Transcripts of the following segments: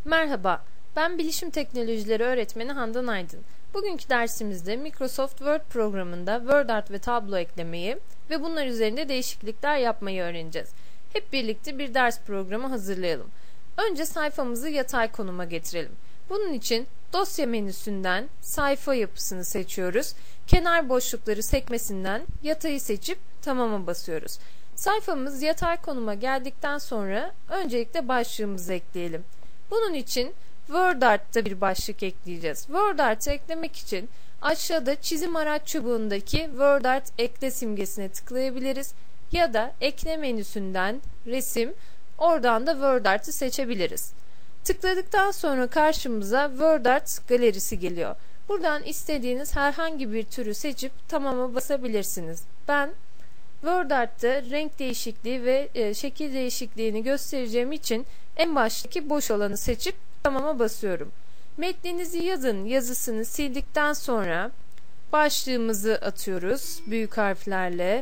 Merhaba, ben Bilişim Teknolojileri öğretmeni Handan Aydın. Bugünkü dersimizde Microsoft Word programında WordArt ve tablo eklemeyi ve bunlar üzerinde değişiklikler yapmayı öğreneceğiz. Hep birlikte bir ders programı hazırlayalım. Önce sayfamızı yatay konuma getirelim. Bunun için dosya menüsünden sayfa yapısını seçiyoruz. Kenar boşlukları sekmesinden yatayı seçip tamama basıyoruz. Sayfamız yatay konuma geldikten sonra öncelikle başlığımızı ekleyelim. Bunun için WordArt'ta bir başlık ekleyeceğiz. WordArt'ı eklemek için aşağıda çizim araç çubuğundaki WordArt ekle simgesine tıklayabiliriz ya da ekle menüsünden resim, oradan da WordArt'ı seçebiliriz. Tıkladıktan sonra karşımıza WordArt galerisi geliyor. Buradan istediğiniz herhangi bir türü seçip tamama basabilirsiniz. Ben WordArt'ta renk değişikliği ve şekil değişikliğini göstereceğim için en baştaki boş olanı seçip tamama basıyorum. Metninizi yazın yazısını sildikten sonra başlığımızı atıyoruz büyük harflerle.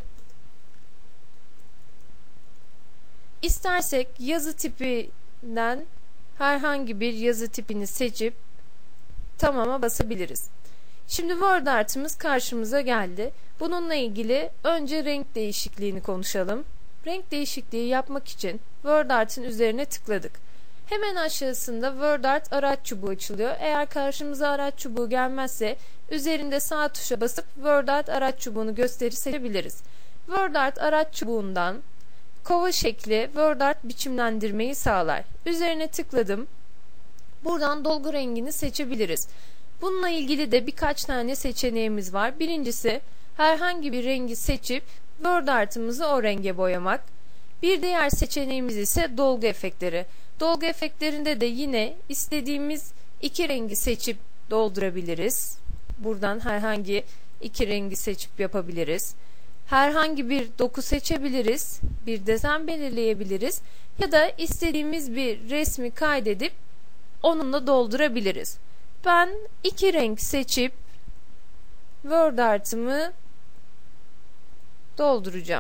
İstersek yazı tipinden herhangi bir yazı tipini seçip tamama basabiliriz. Şimdi WordArt'ımız karşımıza geldi. Bununla ilgili önce renk değişikliğini konuşalım. Renk değişikliği yapmak için WordArt'ın üzerine tıkladık. Hemen aşağısında WordArt araç çubuğu açılıyor. Eğer karşımıza araç çubuğu gelmezse üzerinde sağ tuşa basıp WordArt araç çubuğunu seçebiliriz. WordArt araç çubuğundan kova şekli WordArt biçimlendirmeyi sağlar. Üzerine tıkladım. Buradan dolgu rengini seçebiliriz. Bununla ilgili de birkaç tane seçeneğimiz var. Birincisi herhangi bir rengi seçip WordArt'ımızı o renge boyamak. Bir diğer seçeneğimiz ise dolgu efektleri. Dolgu efektlerinde de yine istediğimiz iki rengi seçip doldurabiliriz. Buradan herhangi iki rengi seçip yapabiliriz. Herhangi bir doku seçebiliriz. Bir desen belirleyebiliriz. Ya da istediğimiz bir resmi kaydedip onunla doldurabiliriz. Ben iki renk seçip WordArt'ımı dolduracağım.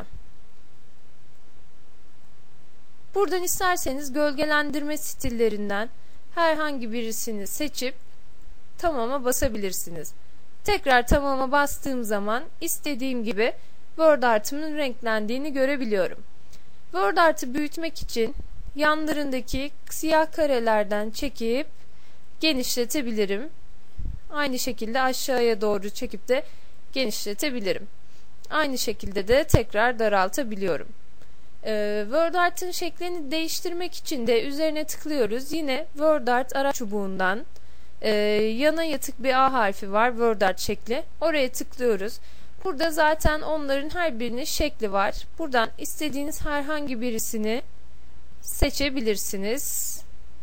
Buradan isterseniz gölgelendirme stillerinden herhangi birisini seçip tamama basabilirsiniz. Tekrar tamama bastığım zaman istediğim gibi WordArt'ımın renklendiğini görebiliyorum. WordArt'ı büyütmek için yanlarındaki siyah karelerden çekip genişletebilirim. Aynı şekilde aşağıya doğru çekip de genişletebilirim. Aynı şekilde de tekrar daraltabiliyorum. WordArt'ın şeklini değiştirmek için de üzerine tıklıyoruz. Yine WordArt araç çubuğundan yana yatık bir A harfi var, WordArt şekli. Oraya tıklıyoruz. Burada zaten onların her birinin şekli var. Buradan istediğiniz herhangi birisini seçebilirsiniz.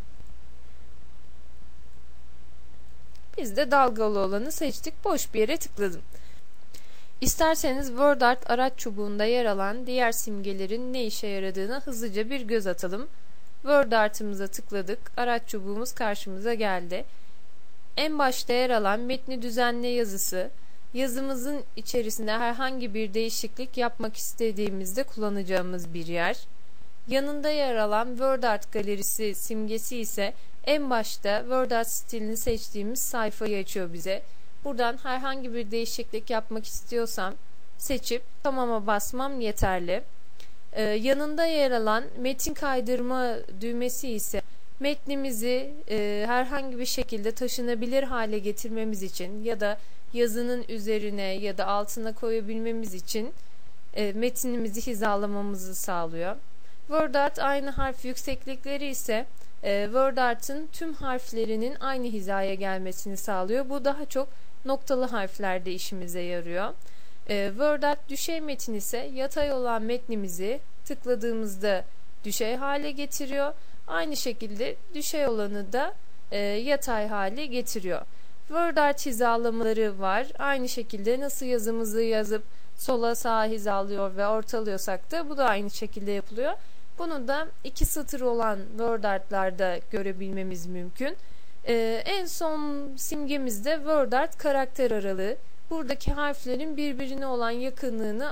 Biz de dalgalı olanı seçtik. Boş bir yere tıkladım. İsterseniz WordArt araç çubuğunda yer alan diğer simgelerin ne işe yaradığına hızlıca bir göz atalım. WordArt'ımıza tıkladık. Araç çubuğumuz karşımıza geldi. En başta yer alan metni düzenle yazısı, yazımızın içerisinde herhangi bir değişiklik yapmak istediğimizde kullanacağımız bir yer. Yanında yer alan WordArt galerisi simgesi ise en başta WordArt stilini seçtiğimiz sayfayı açıyor bize. Buradan herhangi bir değişiklik yapmak istiyorsam seçip tamama basmam yeterli. Yanında yer alan metin kaydırma düğmesi ise metnimizi herhangi bir şekilde taşınabilir hale getirmemiz için ya da yazının üzerine ya da altına koyabilmemiz için metnimizi hizalamamızı sağlıyor. WordArt aynı harf yükseklikleri ise WordArt'ın tüm harflerinin aynı hizaya gelmesini sağlıyor. Bu daha çok noktalı harflerde işimize yarıyor. WordArt düşey metin ise yatay olan metnimizi tıkladığımızda düşey hale getiriyor. Aynı şekilde düşey olanı da yatay hale getiriyor. WordArt hizalamaları var. Aynı şekilde nasıl yazımızı yazıp sola sağa hizalıyor ve ortalıyorsak da bu da aynı şekilde yapılıyor. Bunu da iki satır olan WordArt'larda görebilmemiz mümkün. En son simgemizde WordArt karakter aralığı. Buradaki harflerin birbirine olan yakınlığını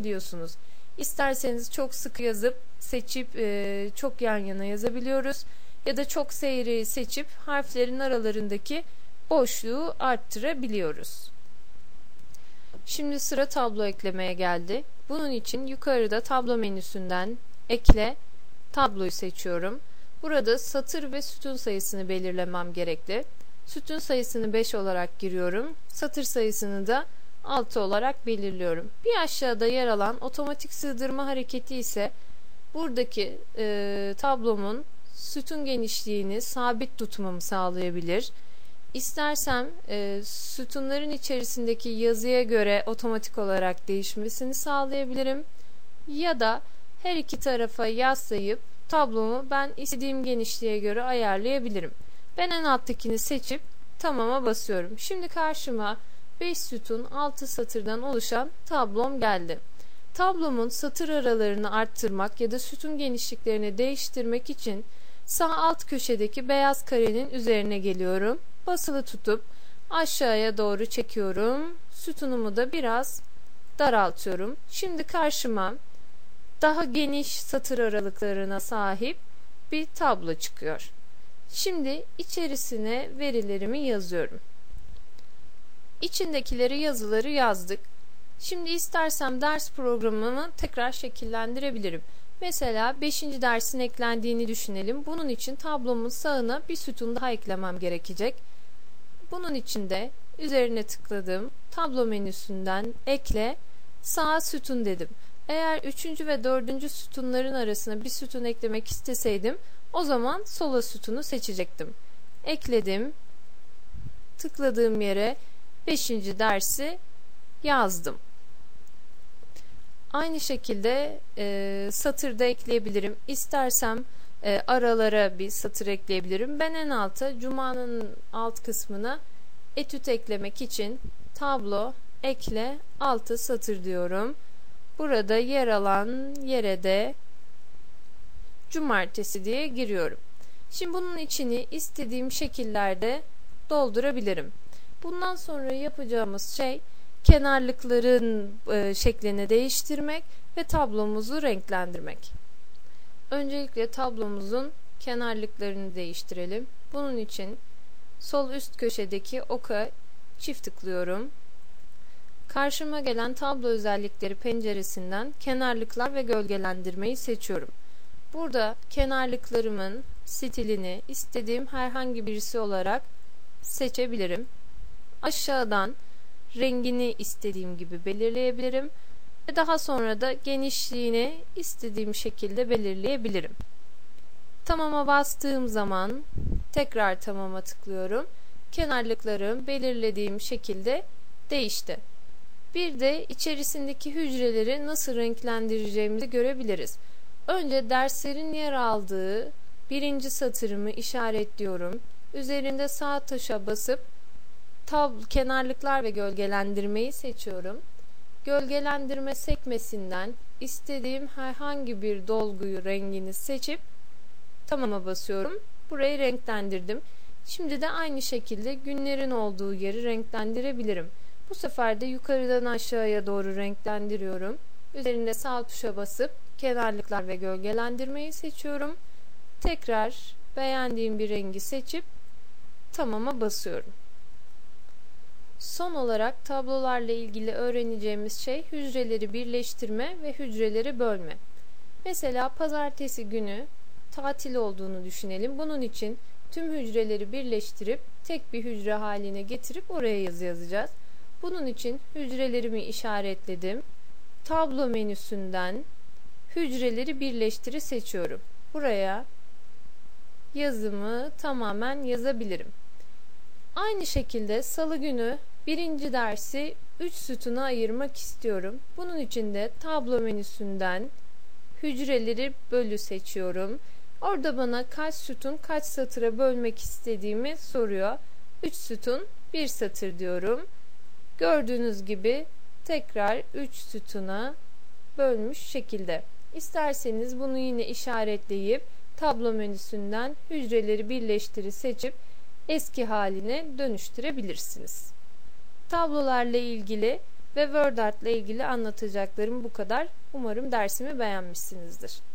ayarlayabiliyorsunuz. İsterseniz çok sık yazıp seçip çok yan yana yazabiliyoruz. ya da çok seyri seçip harflerin aralarındaki boşluğu arttırabiliyoruz. Şimdi sıra tablo eklemeye geldi. Bunun için yukarıda tablo menüsünden ekle tabloyu seçiyorum. Burada satır ve sütun sayısını belirlemem gerekli. Sütun sayısını 5 olarak giriyorum. Satır sayısını da 6 olarak belirliyorum. Bir aşağıda yer alan otomatik sığdırma hareketi ise buradaki tablomun sütun genişliğini sabit tutmamı sağlayabilir. İstersem sütunların içerisindeki yazıya göre otomatik olarak değişmesini sağlayabilirim. Ya da her iki tarafa yaslayıp tablomu ben istediğim genişliğe göre ayarlayabilirim. Ben en alttakini seçip tamama basıyorum. Şimdi karşıma 5 sütun 6 satırdan oluşan tablom geldi. Tablomun satır aralarını arttırmak ya da sütun genişliklerini değiştirmek için sağ alt köşedeki beyaz karenin üzerine geliyorum. Basılı tutup aşağıya doğru çekiyorum. Sütunumu da biraz daraltıyorum. Şimdi karşıma daha geniş satır aralıklarına sahip bir tablo çıkıyor. Şimdi içerisine verilerimi yazıyorum. İçindekileri yazıları yazdık. Şimdi istersem ders programımı tekrar şekillendirebilirim. Mesela 5. dersin eklendiğini düşünelim. Bunun için tablomun sağına bir sütun daha eklemem gerekecek. Bunun için de üzerine tıkladım. Tablo menüsünden ekle, sağa sütun dedim. Eğer 3. ve 4. sütunların arasına bir sütun eklemek isteseydim, o zaman sola sütunu seçecektim. Ekledim. Tıkladığım yere 5. dersi yazdım. Aynı şekilde satırda ekleyebilirim. İstersem aralara bir satır ekleyebilirim. Ben en alta Cuma'nın alt kısmına etüt eklemek için tablo ekle altı satır diyorum. Burada yer alan yere de cumartesi diye giriyorum. Şimdi bunun içini istediğim şekillerde doldurabilirim. Bundan sonra yapacağımız şey kenarlıkların şeklini değiştirmek ve tablomuzu renklendirmek. Öncelikle tablomuzun kenarlıklarını değiştirelim. Bunun için sol üst köşedeki oka çift tıklıyorum. Karşıma gelen tablo özellikleri penceresinden kenarlıklar ve gölgelendirmeyi seçiyorum. Burada kenarlıklarımın stilini istediğim herhangi birisi olarak seçebilirim. Aşağıdan rengini istediğim gibi belirleyebilirim ve daha sonra da genişliğini istediğim şekilde belirleyebilirim. Tamama bastığım zaman tekrar tamama tıklıyorum. Kenarlıklarım belirlediğim şekilde değişti. Bir de içerisindeki hücreleri nasıl renklendireceğimizi görebiliriz. Önce derslerin yer aldığı 1. satırımı işaretliyorum. Üzerinde sağ tuşa basıp kenarlıklar ve gölgelendirmeyi seçiyorum. Gölgelendirme sekmesinden istediğim herhangi bir dolguyu rengini seçip tamama basıyorum. Burayı renklendirdim. Şimdi de aynı şekilde günlerin olduğu yeri renklendirebilirim. Bu sefer de yukarıdan aşağıya doğru renklendiriyorum. Üzerinde sağ tuşa basıp kenarlıklar ve gölgelendirmeyi seçiyorum. Tekrar beğendiğim bir rengi seçip tamama basıyorum. Son olarak tablolarla ilgili öğreneceğimiz şey hücreleri birleştirme ve hücreleri bölme. Mesela pazartesi günü tatil olduğunu düşünelim. Bunun için tüm hücreleri birleştirip tek bir hücre haline getirip oraya yazı yazacağız. Bunun için hücrelerimi işaretledim. Tablo menüsünden hücreleri birleştiri seçiyorum. Buraya yazımı tamamen yazabilirim. Aynı şekilde salı günü 1. dersi 3 sütuna ayırmak istiyorum. Bunun için de tablo menüsünden hücreleri bölü seçiyorum. Orada bana kaç sütun kaç satıra bölmek istediğimi soruyor. 3 sütun 1 satır diyorum. Gördüğünüz gibi tekrar 3 sütuna bölmüş şekilde. İsterseniz bunu yine işaretleyip tablo menüsünden hücreleri birleştiri seçip eski haline dönüştürebilirsiniz. Tablolarla ilgili ve WordArt ile ilgili anlatacaklarım bu kadar. Umarım dersimi beğenmişsinizdir.